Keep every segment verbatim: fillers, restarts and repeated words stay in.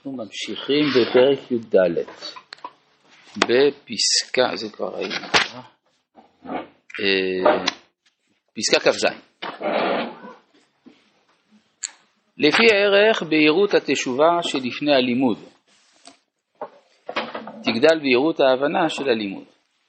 אנחנו ממשיכים בפרק י"ד בפסקה, זה כבר ראינו, פסקה כ"ז. לפי הערך בהירות התשובה שלפני הלימוד תגדל בהירות ההבנה של הלימוד.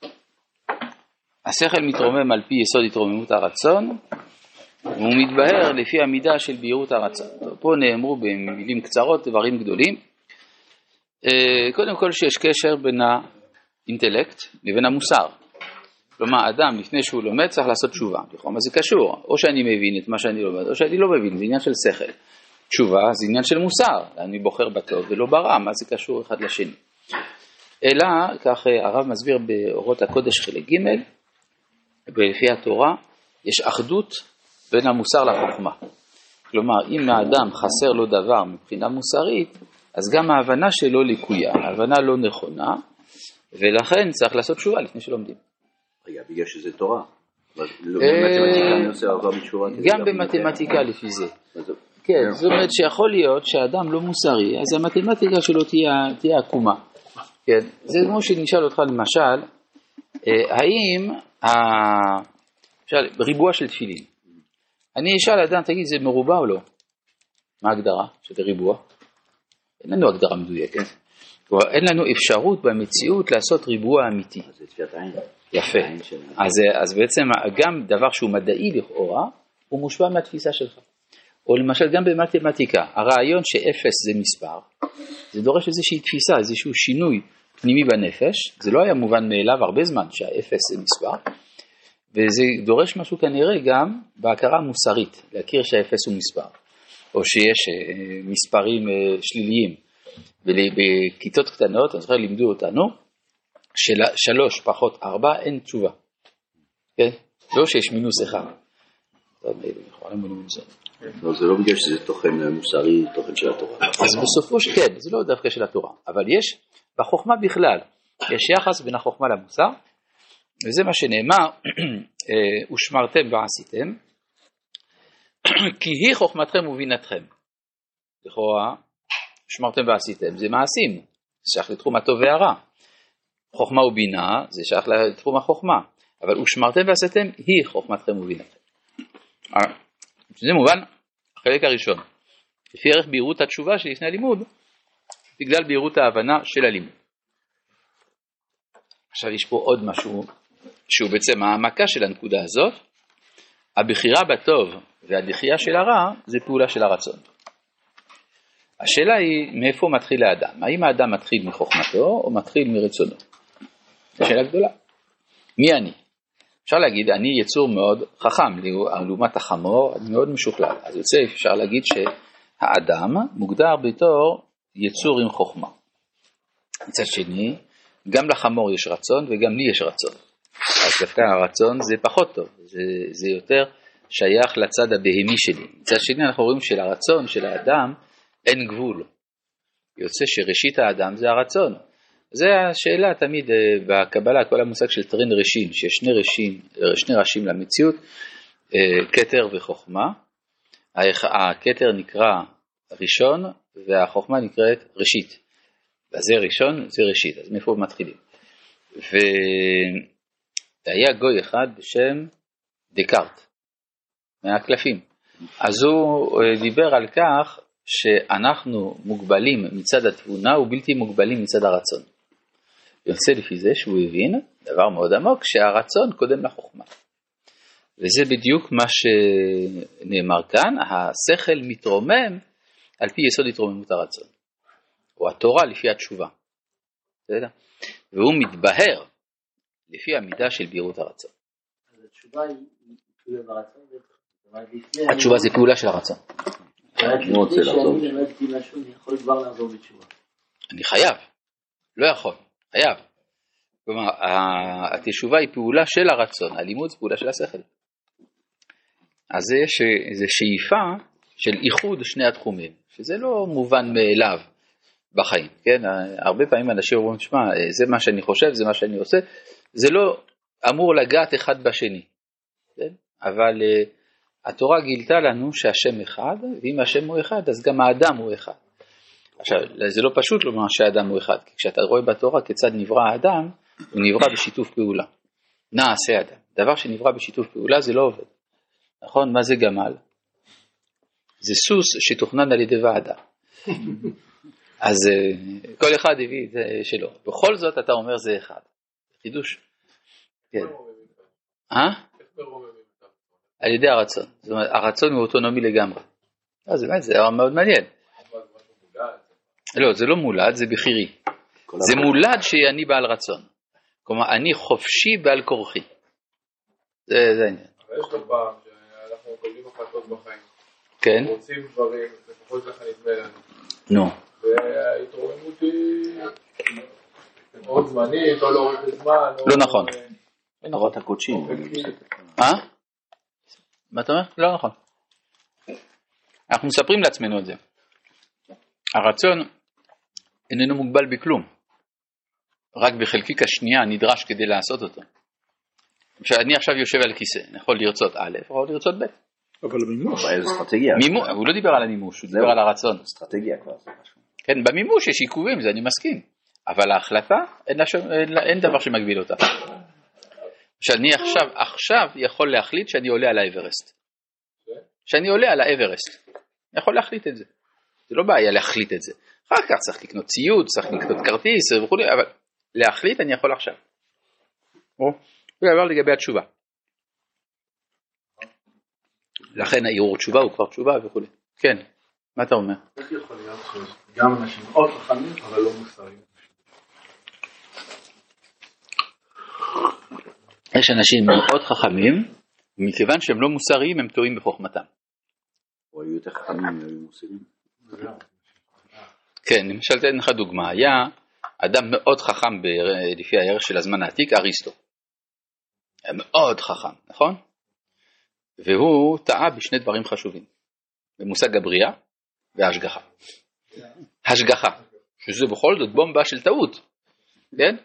השכל מתרומם על פי יסוד התרוממות הרצון, והוא מתבהר לפי המידה של בהירות הרצון. פה נאמרו במילים קצרות דברים גדולים. קודם כל שיש קשר בין האינטלקט לבין המוסר. כלומר, אדם לפני שהוא לומד צריך לעשות תשובה. מה זה קשור? או שאני מבין את מה שאני לומד, או שאני לא מבין, זה עניין של שכל. תשובה זה עניין של מוסר, אני בוחר בטוב ולא ברע, מה זה קשור אחד לשני. אלא, כך הרב מסביר באורות הקודש חלק ג', ולפי התורה, יש אחדות בין המוסר לחוכמה. כלומר, אם האדם חסר לו דבר מבחינה מוסרית, אז גם ההבנה שלו לקויה, ההבנה לא נכונה, ולכן צריך לעשות תשובה לפני שלומדים. רגע, בגלל שזה תורה. גם במתמטיקה לפי זה. כן, זאת אומרת שיכול להיות שהאדם לא מוסרי, אז המתמטיקה שלו תהיה עקומה. כן, זה כמו שנשאל אותך למשל, האם ריבוע של תפילין, אני אשאל אדם, תגיד, זה מרובע או לא? מה ההגדרה של ריבוע? אין לנו הגדרה מדויקת. אין לנו אפשרות במציאות לעשות ריבוע אמיתי. יפה. אז, אז בעצם גם דבר שהוא מדעי לכאורה, הוא מושפע מהתפיסה שלך. או למשל גם במתמטיקה, הרעיון שאפס זה מספר, זה דורש איזושהי תפיסה, איזשהו שינוי פנימי בנפש. זה לא היה מובן מאליו הרבה זמן שהאפס זה מספר, וזה דורש משהו כנראה גם בהכרה המוסרית, להכיר שהאפס הוא מספר, או שיש מספרים שליליים. ובכיתות קטנות, אני זוכר, לימדו אותנו, שלוש פחות ארבע אין תשובה. כן? לא שיש מינוס אחד. לא, זה לא בגלל שזה תוכן מוסרי, תוכן של התורה. אז בסופו של כן, זה לא דווקא של התורה, אבל יש בחוכמה בכלל, יש יחס בין החוכמה למוסר, וזה מה שנאמר, ושמרתם ועשיתם, כי היא חוכמתכם ובינתכם. לכאורה, שמרתם ועשיתם, זה מעשים, זה שייך לתחום הטוב והרע. חוכמה ובינה, זה שייך לתחום החוכמה, אבל ושמרתם ועשיתם, היא חוכמתכם ובינתכם. זה מובן, החלק הראשון. לפי ערך בהירות התשובה שלפני הלימוד, בגלל בהירות ההבנה של הלימוד. עכשיו יש פה עוד משהו, שהוא בעצם העמקה של הנקודה הזאת. הבחירה בטוב והדחייה של הרע, זה פעולה של הרצון. השאלה היא, מאיפה מתחיל האדם? האם האדם מתחיל מחוכמתו, או מתחיל מרצונו? זו שאלה גדולה. מי אני? אפשר להגיד, אני יצור מאוד חכם, לעומת החמור, אני מאוד משוכלל. אז יוצא, אפשר להגיד שהאדם מוגדר בתור יצור עם חוכמה. מצד שני, גם לחמור יש רצון וגם לי יש רצון. אז דווקא הרצון זה פחות טוב, זה, זה יותר שייך לצד הבהמי שלי. מצד שני אנחנו רואים שלרצון של האדם אין גבול. יוצא שראשית האדם זה הרצון. זה השאלה תמיד בקבלה, כל המושג של טרן ראשים, שיש שני ראשים, שני ראשים למציאות, כתר וחוכמה. הכתר נקרא ראשון והחוכמה נקראת ראשית. אז זה ראשון, זה ראשית, אז מאיפה מתחילים? והיה גוי אחד בשם דקארט, מהקלפים. אז הוא דיבר על כך שאנחנו מוגבלים מצד התבונה ובלתי מוגבלים מצד הרצון. יוצא לפי זה שהוא הבין דבר מאוד עמוק, שהרצון קודם לחוכמה. וזה בדיוק מה שנאמר כאן, השכל מתרומם על פי יסוד התרוממות הרצון. או התורה לפי התשובה. והוא מתבהר לפי המידה של בהירות הרצון. אז התשובה היא פעולה ברצון? התשובה זה פעולה של הרצון. אני רוצה לחזור. שאני למדתי משהו, אני יכול כבר לעזור בתשובה. אני חייב. לא יכול. חייב. כלומר, התשובה היא פעולה של הרצון, הלימוד זה פעולה של השכל. אז זה שאיפה של איחוד שני התחומים, שזה לא מובן מאליו בחיים, כן? הרבה פעמים אנשים אומרים, שמה, זה מה שאני חושב, זה מה שאני עושה, זה לא אמור לגעת אחד בשני, כן? אבל uh, התורה גילתה לנו שהשם אחד, ואם השם הוא אחד, אז גם האדם הוא אחד. עכשיו, זה לא פשוט לומר שהאדם הוא אחד, כי כשאתה רואה בתורה כיצד נברא האדם, הוא נברא בשיתוף פעולה. נעשה אדם. דבר שנברא בשיתוף פעולה זה לא עובד. נכון? מה זה גמל? זה סוס שתוכנן על ידי ועדה. אז כל אחד הביא את זה שלו. בכל זאת אתה אומר זה אחד. חידוש. כן. אה? על ידי הרצון. זאת אומרת, הרצון הוא אוטונומי לגמרי. אז באמת, זה מאוד מעניין. לא, זה לא מולד, זה בחירי. זה מולד שאני בעל רצון. כלומר, אני חופשי בעל כורחי. זה העניין. אבל יש לו פעם שאנחנו מקבלים החלטות בחיים. כן. רוצים דברים, לפחות ככה נדמה לנו. נו. וההתרוממות היא מאוד זמנית, או לא רק זמן. לא נכון. נרות הקודשים. אה? מה אתה אומר? לא נכון. אנחנו מספרים לעצמנו את זה. הרצון איננו מוגבל בכלום. רק בחלקיק השנייה נדרש כדי לעשות אותו. כשאני עכשיו יושב על כיסא, אני יכול לרצות א' או לרצות ב'. אבל המימוש. אבל איזה אסטרטגיה. מימוש, הוא לא דיבר על המימוש, הוא דיבר על הרצון. אסטרטגיה כבר זה משהו. כן, במימוש יש עיכובים, זה אני מסכים. אבל ההחלטה, אין, לה, אין, אין דבר שמגביל אותה. שאני עכשיו, עכשיו יכול להחליט שאני עולה על האברסט. שאני עולה על האברסט. אני יכול להחליט את זה. זה לא בעיה להחליט את זה. אחר כך צריך לקנות ציוד, צריך לקנות כרטיס וכו', אבל להחליט אני יכול עכשיו. או, זה דבר לגבי התשובה. לכן הערעור תשובה הוא כבר תשובה וכו'. כן, מה אתה אומר? איך יכול להיות שגם אנשים מאוד חכמים אבל לא מוסריים? יש אנשים מאוד חכמים, מכיוון שהם לא מוסריים הם טועים בחוכמתם. או היו יותר חכמים, היו מוסריים. כן, למשל תן לך דוגמה, היה אדם מאוד חכם ב- לפי הערך של הזמן העתיק, אריסטו. היה מאוד חכם, נכון? והוא טעה בשני דברים חשובים, במושג הבריאה וההשגחה. השגחה, שזה בכל זאת בומבה של טעות, כן?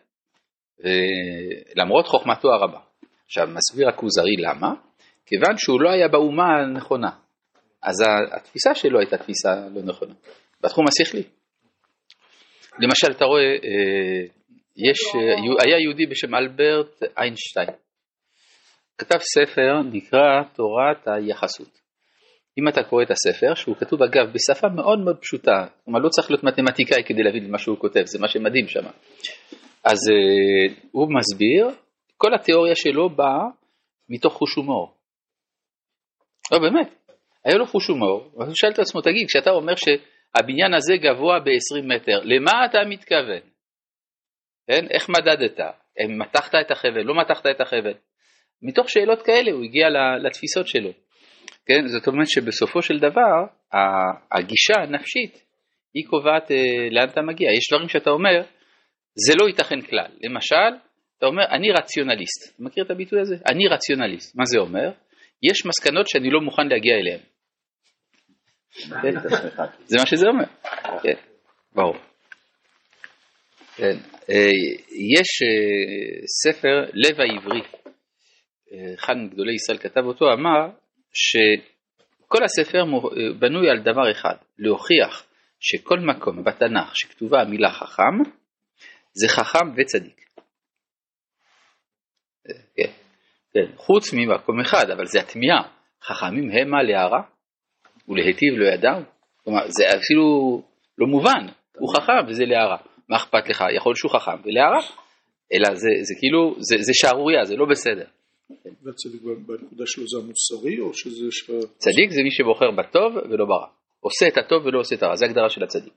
למרות חוכמתו הרבה. עכשיו מסביר הכוזרי למה? כיוון שהוא לא היה באומה הנכונה. אז התפיסה שלו הייתה תפיסה לא נכונה. בתחום השכלי. למשל אתה רואה, יש, היה יהודי בשם אלברט איינשטיין. כתב ספר נקרא תורת היחסות. אם אתה קורא את הספר, שהוא כתוב אגב בשפה מאוד מאוד פשוטה, כלומר לא צריך להיות מתמטיקאי כדי להבין מה שהוא כותב, זה מה שמדהים שם. אז uh, הוא מסביר, כל התיאוריה שלו באה מתוך חוש הומור. לא באמת, היה לו חוש הומור, הוא שאל את עצמו, תגיד, כשאתה אומר שהבניין הזה גבוה ב-עשרים מטר, למה אתה מתכוון? כן? איך מדדת? מתחת את החבל, לא מתחת את החבל? מתוך שאלות כאלה הוא הגיע לתפיסות שלו. כן? זאת אומרת שבסופו של דבר, הגישה הנפשית היא קובעת לאן אתה מגיע. יש דברים שאתה אומר, זה לא ייתכן כלל. למשל, אתה אומר, אני רציונליסט. אתה מכיר את הביטוי הזה? אני רציונליסט. מה זה אומר? יש מסקנות שאני לא מוכן להגיע אליהן. זה מה שזה אומר. כן, ברור. כן. יש ספר לב העברי. אחד מגדולי ישראל כתב אותו, אמר שכל הספר בנוי על דבר אחד, להוכיח שכל מקום בתנ"ך שכתובה המילה חכם, זה חכם וצדיק. כן, כן. חוץ ממקום אחד, אבל זה התמיהה. חכמים המה להרע ולהיטיב לא ידעו. כלומר, זה אפילו לא מובן. הוא חכם וזה להרע. מה אכפת לך? יכול שהוא חכם ולהרע. אלא זה, זה כאילו, זה, זה שערוריה, זה לא בסדר. והצדיק בנקודה שלו זה המוסרי או שזה... ש... צדיק זה מי שבוחר בטוב ולא ברע. עושה את הטוב ולא עושה את הרע. זה הגדרה של הצדיק.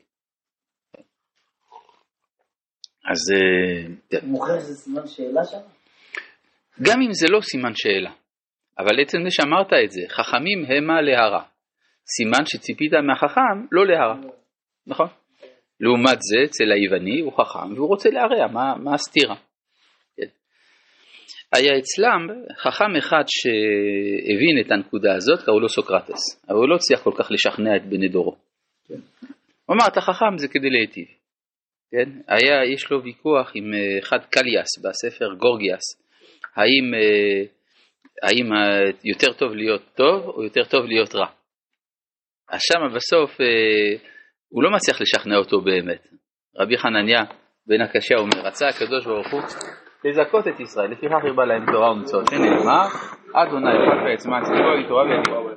אז... מוכר זה סימן שאלה שם? גם אם זה לא סימן שאלה. אבל עצם זה שאמרת את זה, חכמים המה להרע. סימן שציפית מהחכם לא להרע. נכון? לעומת זה, אצל היווני הוא חכם והוא רוצה להרע. מה, מה הסתירה? כן. היה אצלם חכם אחד שהבין את הנקודה הזאת, קראו לו סוקרטס. אבל הוא לא הצליח כל כך לשכנע את בני דורו. כן. הוא אמר, אתה חכם זה כדי להיטיב. כן? היה, יש לו ויכוח עם אחד קליאס בספר גורגיאס. האם, האם יותר טוב להיות טוב או יותר טוב להיות רע? אז שם בסוף הוא לא מצליח לשכנע אותו באמת. רבי חנניה בן הקשיא אומר, רצה הקדוש ברוך הוא לזכות את ישראל, לפיכך הרבה להם תורה ומצוות, שנאמר, אדוני יוכל בעצמן צבאו עם תורה ויגידו.